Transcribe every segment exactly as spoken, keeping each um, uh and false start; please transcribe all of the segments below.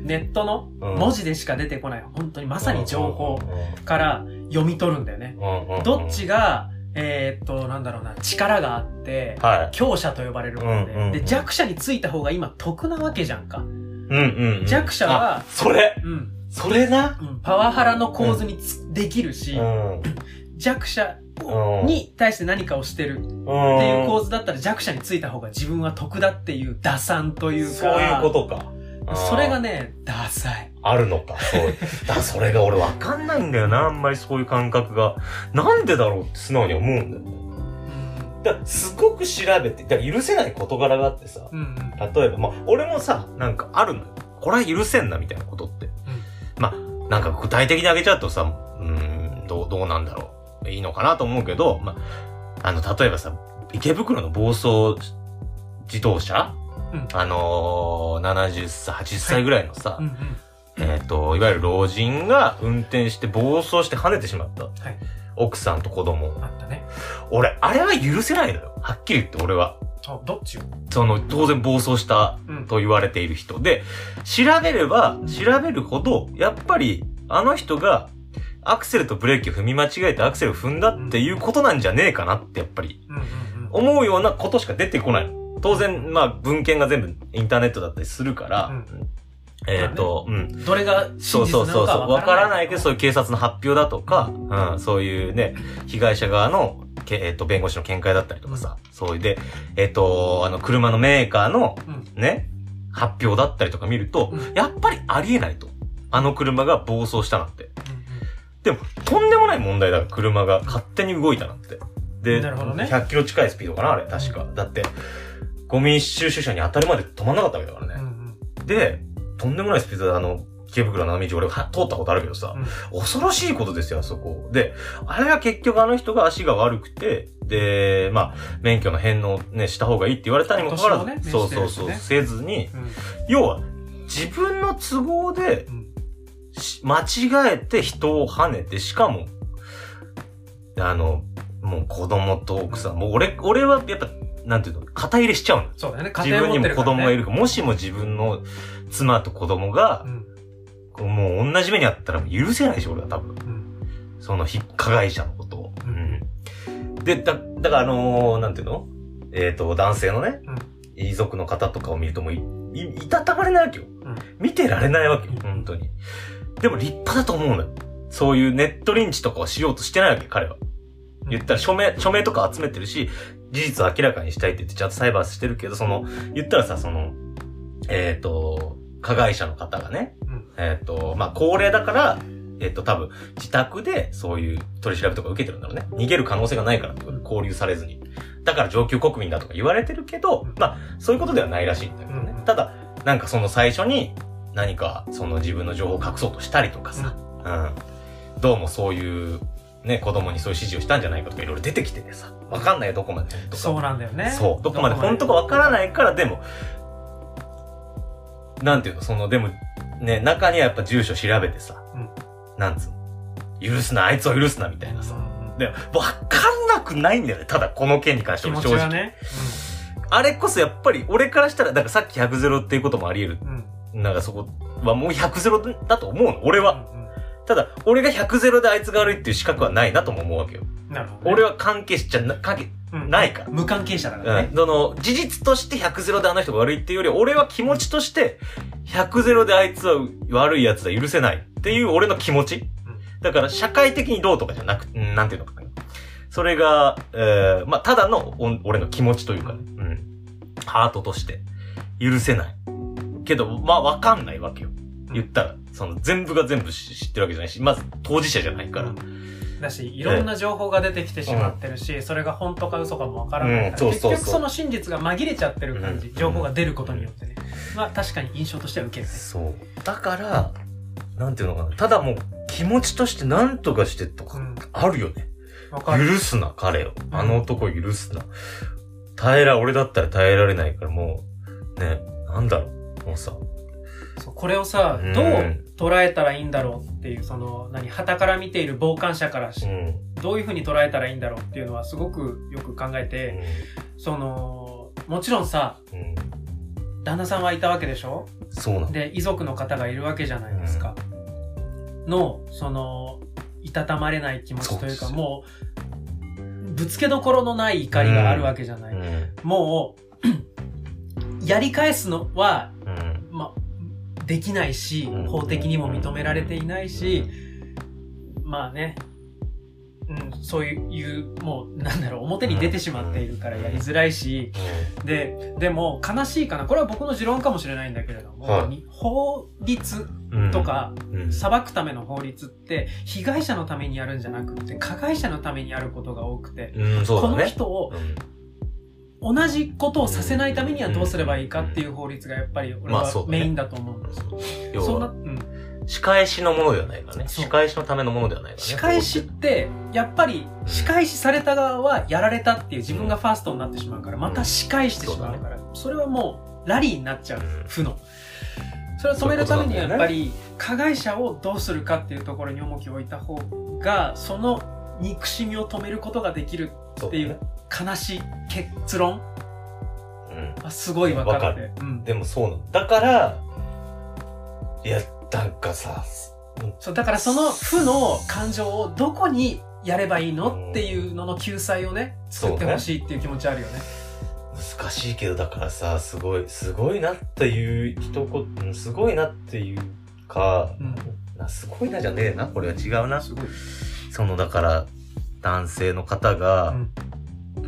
ネットの文字でしか出てこない、本当にまさに情報から読み取るんだよね。どっちが、えー、っと、なんだろうな、力があって、はい、強者と呼ばれるもので、うんうんうん、で、弱者についた方が今得なわけじゃんか。うんうんうん、弱者は、 それ、うん、それな、 うん、パワハラの構図につ、うん、できるし、うん、弱者に対して何かをしてるっていう構図だったら弱者についた方が自分は得だっていう打算というか。 そういうことか。 それがね、ダサい。 あるのか。そう。だからそれが俺わかんないんだよな、あんまりそういう感覚が。なんでだろうって素直に思うんだよね。だからすごく調べて、だから許せない事柄があってさ、うんうん、例えば、まあ、俺もさ、なんかあるのよ。これは許せんなみたいなことって。うん、まあ、なんか具体的に挙げちゃうとさ、うーん、どう、どうなんだろう。いいのかなと思うけど、まあ、あの、例えばさ、池袋の暴走自動車、うん、あのー、ななじゅっさい、はちじゅっさいぐらいのさ、はいうんうん、えっ、ー、と、いわゆる老人が運転して暴走して跳ねてしまった。はい、奥さんと子供。 あったね。 俺、あれは許せないのよ。はっきり言って俺は。 あ、どっちよ？ その、当然暴走したと言われている人、うん、で、調べれば、調べるほど、やっぱり、あの人が、アクセルとブレーキを踏み間違えてアクセルを踏んだっていうことなんじゃねえかなってやっぱり、思うようなことしか出てこないの。当然、まあ、文献が全部インターネットだったりするから、うん、えっ、ー、と、 まあね、うん。どれが真実なのかわからない。そうそうそう。 わからないけど、そういう警察の発表だとか、うん、うん、そういうね、被害者側の、えっ、ー、と、弁護士の見解だったりとかさ、うん、そういうで、えっ、ー、と、あの、車のメーカーの、ね、うん、発表だったりとか見ると、うん、やっぱりありえないと。あの車が暴走したなんて。うんうん、でも、とんでもない問題だから、車が勝手に動いたなんて。で、なるほどね、ひゃっキロ近いスピードかな、あれ、確か。うん、だって、ゴミ収集車に当たるまで止まんなかったわけだからね。うんうん、で、とんでもないスピードであの、池袋の道俺は通ったことあるけどさ、うん、恐ろしいことですよ、あそこ。で、あれは結局あの人が足が悪くて、で、まあ、免許の返納ね、した方がいいって言われたにもかかわらず、ね、そうそうそう、せずに、うん、要は、自分の都合で、うん、間違えて人を跳ねて、しかも、あの、もう子供と奥さん、うん、もう俺、俺はやっぱ、なんていうの、肩入れしちゃうの。 そうだよね。 自分にも子供がいるから、もしも自分の妻と子供が、うん、もう同じ目にあったら許せないでしょ、俺は多分。うん、その加害者のことを。うん、で、だ、だからあのー、なんていうのえっ、ー、と、男性のね、うん、遺族の方とかを見るともうい、い、いたたまれないわけよ。うん、見てられないわけよ、本当に。でも立派だと思うのよ。そういうネットリンチとかをしようとしてないわけ、彼は。言ったら署名、署名とか集めてるし、事実を明らかにしたいって言ってちゃんと裁判してるけど、その、言ったらさ、その、えっ、ー、と、加害者の方がね、うん、えっ、ー、と、まあ、高齢だから、えっ、ー、と、多分、自宅でそういう取り調べとか受けてるんだろうね。逃げる可能性がないからってことで、交留されずに。だから上級国民だとか言われてるけど、まあ、そういうことではないらしいんだけどね。ただ、なんかその最初に、何か、その自分の情報を隠そうとしたりとかさ、うん。どうもそういう、ね、子供にそういう指示をしたんじゃないかとかいろいろ出てきててさ、わかんないよ、どこまでとか。 そうなんだよね。 そう。どこまで本当かわからないから、でも、なんていうの、その、でも、ね、中にはやっぱ住所調べてさ、うん、なんつうの、許すな、あいつを許すな、みたいなさ。うん、で、わかんなくないんだよね、ただこの件に関しても正直。気持ちはね。うん、あれこそやっぱり、俺からしたら、だからさっきひゃくゼロっていうこともあり得る。うん、なんかそこはもうひゃくゼロだと思うの、俺は。うんうん、ただ、俺がひゃくゼロであいつが悪いっていう資格はないなとも思うわけよ。なるほど、ね。俺は関係者じゃな、関係、ないから、うん。 無関係者だからね。 うん。その、事実としてひゃくゼロであの人が悪いっていうより、俺は気持ちとして、ひゃくゼロであいつは悪い奴だ、許せないっていう俺の気持ち。うん、だから、社会的にどうとかじゃなくて、なんていうのかな。それが、えー、まあ、ただの俺の気持ちというかね。うん。ハートとして、許せない。けど、まあ、わかんないわけよ。言ったら、その全部が全部知ってるわけじゃないし、まず当事者じゃないから。うん、 だし、いろんな情報が出てきてしまってるし、うん、それが本当か嘘かもわからないから、うん、結局その真実が紛れちゃってる感じ、うん、情報が出ることによってね。まあ確かに印象としては受けるね。 そう。だから、なんていうのかな。ただもう気持ちとして何とかしてとか、あるよね。わかる。許すな、彼を。あの男を許すな。耐えら、俺だったら耐えられないからもう、ね、なんだろう。もうさ、 そうこれをさ、どう捉えたらいいんだろうっていう、その、何、傍から見ている傍観者からし、うん、どういうふうに捉えたらいいんだろうっていうのはすごくよく考えて、うん、その、もちろんさ、うん、 旦那さんはいたわけでしょ。 そうなんで、遺族の方がいるわけじゃないですか。うん、の、その、いたたまれない気持ちというか、もう、ぶつけどころのない怒りがあるわけじゃない。うん、もう、やり返すのは、うん、ま、できないし、法的にも認められていないし、まあね、うん、そういう、もう、なんだろう、表に出てしまっているからやりづらいし、で、でも、悲しいかな。これは僕の持論かもしれないんだけれども、はい、法律とか、うん、裁くための法律って、被害者のためにやるんじゃなくて、加害者のためにやることが多くて、うんそうだね、この人を、同じことをさせないためにはどうすればいいかっていう法律がやっぱり、俺はメインだと思うんですよ。そんな、うん仕返しのものではないからね。仕返しのためのものではないからね。 仕返しって、やっぱり、仕返しされた側はやられたっていう自分がファーストになってしまうから、また仕返してしまうから、それはもう、ラリーになっちゃう。負の。それを止めるためにはやっぱり、加害者をどうするかっていうところに重きを置いた方が、その憎しみを止めることができるっていう悲しい結論はすごいわかる。 でもそうなの。だから、いや、なんかさ、 そう、だからその負の感情をどこにやればいいのっていうのの救済をね、作ってほしいっていう気持ちあるよね。 難しいけど、だからさ、すごい、すごいなっていう一言、すごいなっていうか、うん、なすごいなじゃねえな、これは違うな。すごい。その、だから、男性の方が、うん、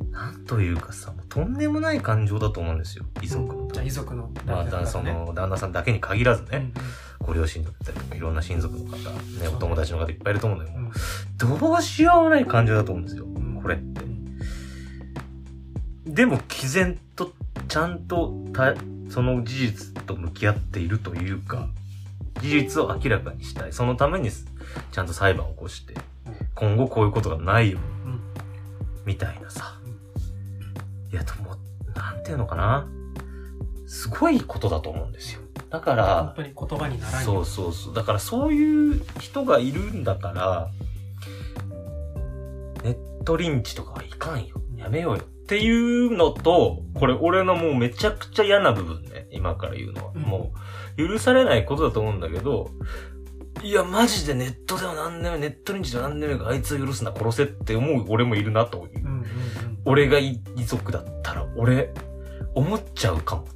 なんというかさ、とんでもない感情だと思うんですよ、遺族の。 じゃあ遺族の、ね、 まあ、その旦那さんだけに限らずね、うん、ご両親だったりとかいろんな親族の方、ね、お友達の方いっぱいいると思うのよ。うん、どうしようもない感情だと思うんですよ、うん、これって。でも毅然とちゃんとたその事実と向き合っているというか、事実を明らかにしたい。そのためにちゃんと裁判を起こして、今後こういうことがないように、うん、みたいなさ。いや、でも、なんていうのかな。すごいことだと思うんですよ。だから、 本当に言葉にならない。 そうそうそう。だからそういう人がいるんだから、ネットリンチとかはいかんよ。やめようよ。っていうのと、これ俺のもうめちゃくちゃ嫌な部分ね。今から言うのは。うん、もう、許されないことだと思うんだけど、いや、マジでネットでは何でも、ネットリンチでは何でもあいつを許すな、殺せって思う俺もいるなという。うんうんうん、俺が遺族だったら、俺、思っちゃうかも。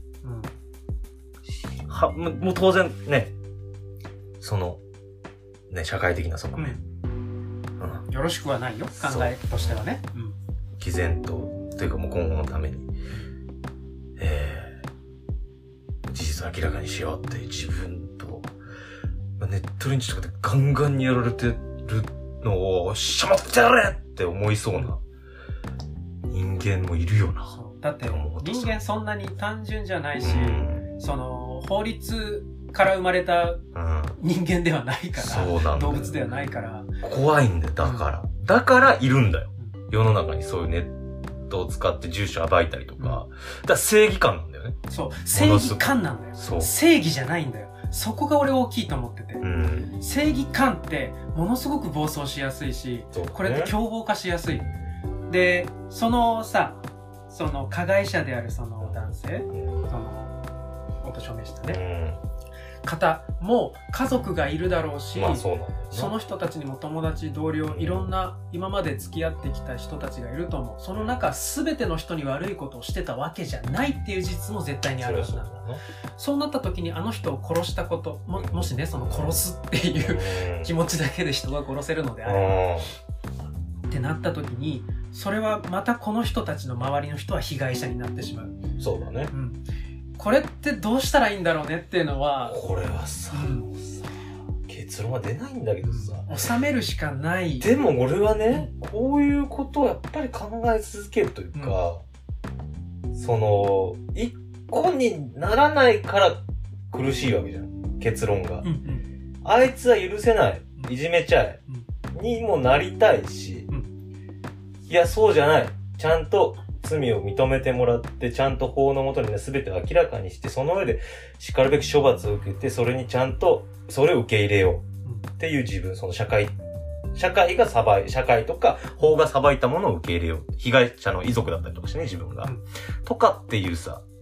うん、は、もう当然ね、その、ね、社会的なそのね、 うんうん。よろしくはないよ、考えとしてはね。うん、 毅然と、というかもう今後のために、えー、事実を明らかにしようって自分と、ネットリンチとかでガンガンにやられてるのを、しゃまってやれって思いそうな人間もいるよな。 だって人間そんなに単純じゃないし、うん、その法律から生まれた人間ではないから、うん、動物ではないから。 怖いんだよ、だから。うん、だからいるんだよ。世の中にそういうネットを使って住所暴いたりとか。うん、だから正義感なんだよね。 そう。正義感なんだよ。そう。正義じゃないんだよ。そこが俺大きいと思ってて、うん、正義感ってものすごく暴走しやすいし、ね、これって凶暴化しやすい。で、そのさ、その加害者であるその男性、うん、そのお年を召したね、うん、方も家族がいるだろうし、まあそうなんだよね、その人たちにも友達、同僚、いろんな今まで付き合ってきた人たちがいると思う。その中全ての人に悪いことをしてたわけじゃないっていう事実も絶対にあるはずなんだ。そうなった時にあの人を殺したこと、も、もしね、その殺すっていう気持ちだけで人が殺せるのであれば、ってなった時に、それはまたこの人たちの周りの人は被害者になってしまう。 そうだね。うん。 これってどうしたらいいんだろうねっていうのは。 これはさ、うん、結論は出ないんだけどさ。 収めるしかない。 でも俺はね、うん、こういうことをやっぱり考え続けるというか、うん、その、一個にならないから苦しいわけじゃん。結論が。うんうん、あいつは許せない。いじめちゃえ。うん、にもなりたいし、うん、いや、そうじゃない。ちゃんと罪を認めてもらって、ちゃんと法の下にね、全てを明らかにして、その上で叱るべき処罰を受けて、それにちゃんと、それを受け入れよう。っていう自分、その社会、社会が裁い、社会とか法が裁いたものを受け入れよう。被害者の遺族だったりとかしてね、自分が。うん、とかっていうさ、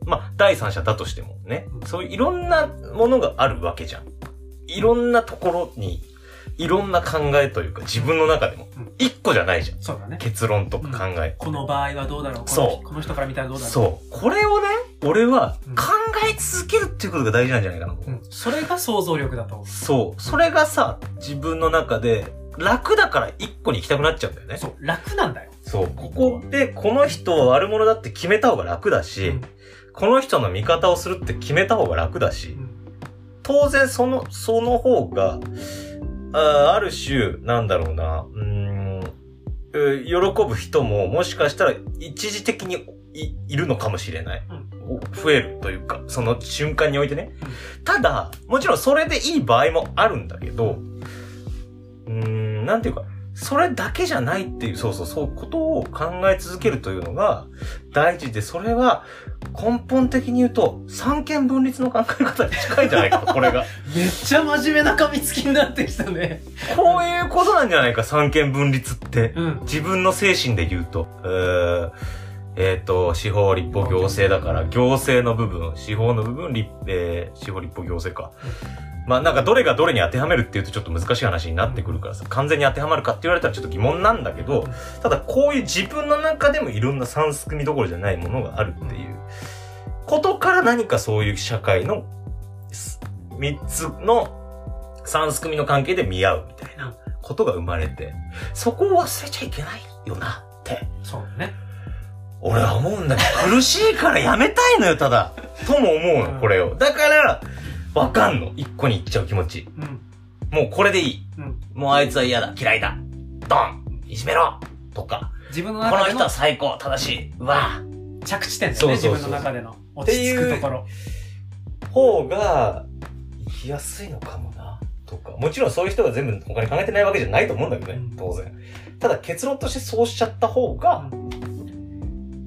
まあ、第三者だとしてもね、そういういろんなものがあるわけじゃん。いろんなところに、いろんな考えというか、自分の中でも、一個じゃないじゃん。 そうだね。 結論とか考え。 うん、この場合はどうだろう、 そう。 この人から見たらどうだろう。 そう。これをね、俺は考え続けるっていうことが大事なんじゃないかな。 うん、それが想像力だと思う。 そう。それがさ、自分の中で、楽だから一個に行きたくなっちゃうんだよね。 そう。楽なんだよ。 そう。ここで、この人は悪者だって決めた方が楽だし、うん、この人の味方をするって決めた方が楽だし、うん、当然その、その方が、あ, ある種、なんだろうな、うーん、喜ぶ人ももしかしたら一時的に い, いるのかもしれない、うん。増えるというか、その瞬間においてね。うん、ただ、もちろんそれでいい場合もあるんだけど、うーん、なんていうか、それだけじゃないっていう、そうそう、そういうことを考え続けるというのが大事で、それは根本的に言うと三権分立の考え方に近いんじゃないかと、これが。 めっちゃ真面目な噛みつきになってきたね。 こういうことなんじゃないか、三権分立って。 うん、 自分の精神で言うと。えーえっ、ー、と、司法立法行政だから、行政の部分、司法の部分、立、えー、司法立法行政か。うん、まあなんかどれがどれに当てはめるっていうとちょっと難しい話になってくるからさ、完全に当てはまるかって言われたらちょっと疑問なんだけど、ただこういう自分の中でもいろんな三すくみどころじゃないものがあるっていうことから、何かそういう社会の三つの三すくみの関係で見合うみたいなことが生まれて、そこを忘れちゃいけないよなって。 そうね。 俺は思うんだけど、苦しいからやめたいのよ、ただ。とも思うの、これを。だから、わかんの。一個に行っちゃう気持ち。うん、もうこれでいい。うん、もうあいつは嫌だ。嫌いだ。ドンいじめろとか。 自分の中でのこの人は最高。正しい。うわ着地点だよね。そうそうそう、自分の中での。落ち着くところ。 方が、生きやすいのかもな。とか。もちろんそういう人が全部他に考えてないわけじゃないと思うんだけどね。うん、当然。ただ結論としてそうしちゃった方が、うん、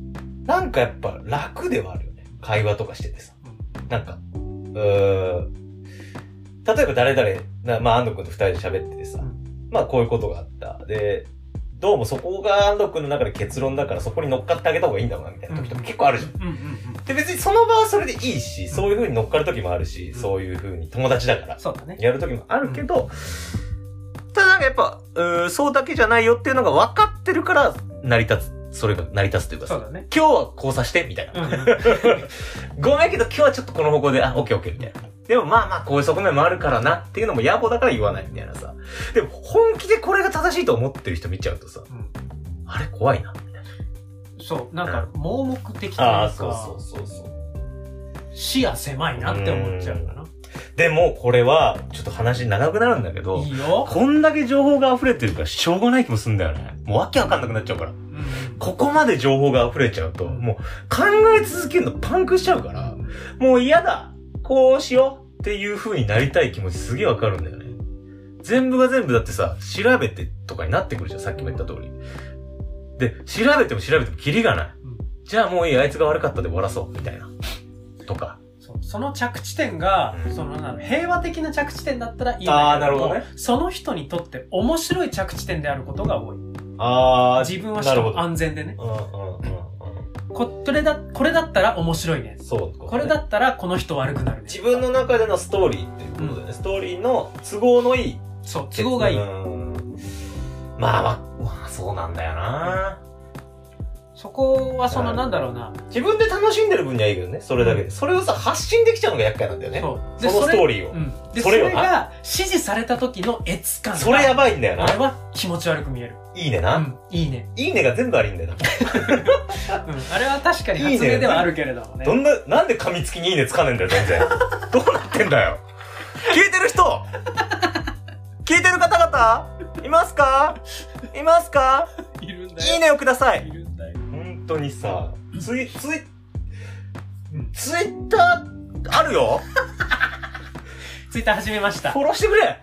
なんかやっぱ楽ではあるよね。会話とかしててさ。なんか、うー例えば誰々、なまあ安藤くんと二人で喋っててさ、うん、まあこういうことがあった。で、どうもそこが安藤くんの中で結論だからそこに乗っかってあげた方がいいんだろうなみたいな時とか結構あるじゃん。うんうんうん、で別にその場はそれでいいし、そういう風に乗っかる時もあるし、うん、そういう風に友達だから、そうだね。やる時もあるけど、うん、ただなんかやっぱ、うーそうだけじゃないよっていうのが分かってるから成り立つ。それが成り立つというかさ、 そうだね、 今日はこうさして、みたいな。うん、ごめんけど今日はちょっとこの方向で、あ、オッケーオッケーみたいな。でもまあまあこういう側面もあるからなっていうのも野暮だから言わないみたいなさ。でも本気でこれが正しいと思ってる人見ちゃうとさ、うん、あれ怖いな、みたいな。 そう、なんか盲目的というか、あ、そうそうそうそう。視野狭いなって思っちゃうかな。 でも、これは、ちょっと話長くなるんだけど、いいよ。こんだけ情報が溢れてるから、しょうがない気もすんだよね。もうわけわかんなくなっちゃうから。うん、ここまで情報が溢れちゃうと、もう考え続けるのパンクしちゃうから、うん、もう嫌だこうしようっていう風になりたい気持ちすげえわかるんだよね。全部が全部だってさ、調べてとかになってくるじゃん、さっきも言った通り。で、調べても調べてもキリがない。うん、じゃあもういい、あいつが悪かったで終わらそう、みたいな。とか。 その着地点が、うん、そのなの平和的な着地点だったらいいんだけど、 あー、なるほどね、 その人にとって面白い着地点であることが多い。 あ自分はしかも安全でね。うんうんうんうん、これだ、これだったら面白いね。 そう、ね。 これだったらこの人悪くなるね。 自分の中でのストーリーっていうことだよね。うん、ストーリーの都合のいい。 そう、都合がいい。 まあまあ、そうなんだよな。 そこはそのなんだろうな、 自分で楽しんでる分にはいいけどね、それだけで、うん、それをさ発信できちゃうのが厄介なんだよね。そうそのストーリーを、うん、 でそれが支持された時の悦感がそれやばいんだよな。 あれは気持ち悪く見える。 いいねな、うん、 いいねいいねが全部悪いんだよな、うん、 あれは確かに発明ではあるけれどもね。 どんななんで噛みつきにいいねつかねえんだよ全然どうなってんだよ。聞いてる人聞いてる方々いますかいますか。 いるんだよ。 いいねをください。 いるんだよ。 本当にさ、ツイ、ツイ、ツイッターあるよ。 ツイッター始めました。 フォローしてくれ。はい。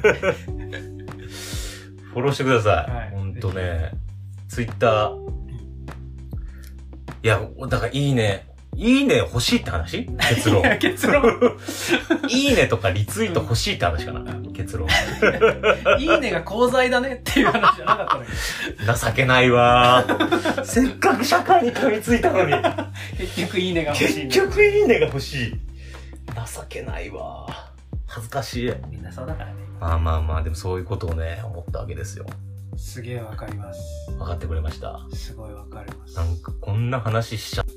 フォローしてください。はい、ほんとね、ツイッター。いや、だからいいね。いいね欲しいって話？結論。 結論。 いいねとかリツイート欲しいって話かな。うん、 結論。 いいねが功罪だねっていう話じゃなかったのに。情けないわー。せっかく社会に噛みついたのに。 結局いいねが欲しい。 結局いいねが欲しい。情けないわー。恥ずかしい。 みんなそうだからね。 まあまあまあ、でもそういうことをね、思ったわけですよ。 すげえわかります。 分かってくれました。 すごいわかります。 なんかこんな話しちゃ